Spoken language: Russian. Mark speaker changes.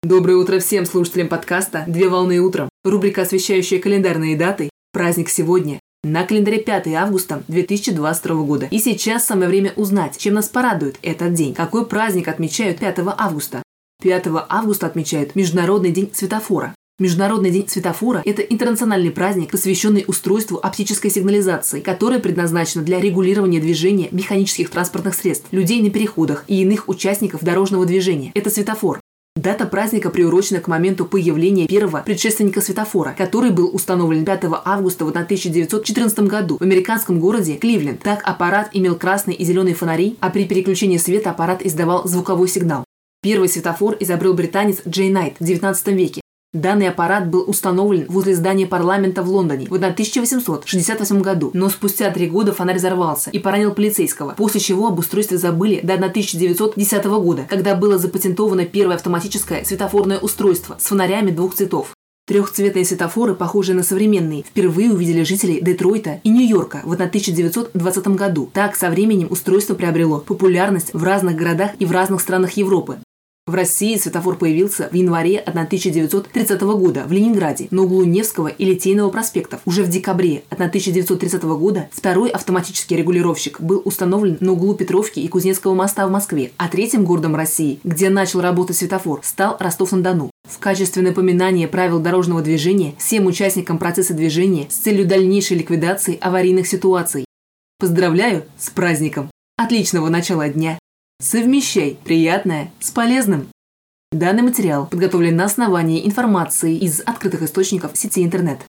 Speaker 1: Доброе утро всем слушателям подкаста «Две волны утром». Рубрика, освещающая календарные даты. Праздник сегодня. На календаре 5 августа 2022 года. И сейчас самое время узнать, чем нас порадует этот день. Какой праздник отмечают 5 августа? 5 августа отмечают Международный день светофора. Международный день светофора – это интернациональный праздник, посвященный устройству оптической сигнализации, которое предназначено для регулирования движения механических транспортных средств, людей на переходах и иных участников дорожного движения. Это светофор. Дата праздника приурочена к моменту появления первого предшественника светофора, который был установлен 5 августа в 1914 году в американском городе Кливленд. Так аппарат имел красный и зеленые фонари, а при переключении света аппарат издавал звуковой сигнал. Первый светофор изобрел британец Джей Найт в XIX веке. Данный аппарат был установлен возле здания парламента в Лондоне в 1868 году, но спустя 3 года фонарь взорвался и поранил полицейского, после чего об устройстве забыли до 1910 года, когда было запатентовано первое автоматическое светофорное устройство с фонарями 2 цветов. Трехцветные светофоры, похожие на современные, впервые увидели жители Детройта и Нью-Йорка в 1920 году. Так, со временем устройство приобрело популярность в разных городах и в разных странах Европы. В России светофор появился в январе 1930 года в Ленинграде на углу Невского и Литейного проспектов. Уже в декабре 1930 года второй автоматический регулировщик был установлен на углу Петровки и Кузнецкого моста в Москве, а третьим городом России, где начал работать светофор, стал Ростов-на-Дону. В качестве напоминания правил дорожного движения всем участникам процесса движения с целью дальнейшей ликвидации аварийных ситуаций. Поздравляю с праздником! Отличного начала дня! Совмещай приятное с полезным. Данный материал подготовлен на основании информации из открытых источников сети интернет.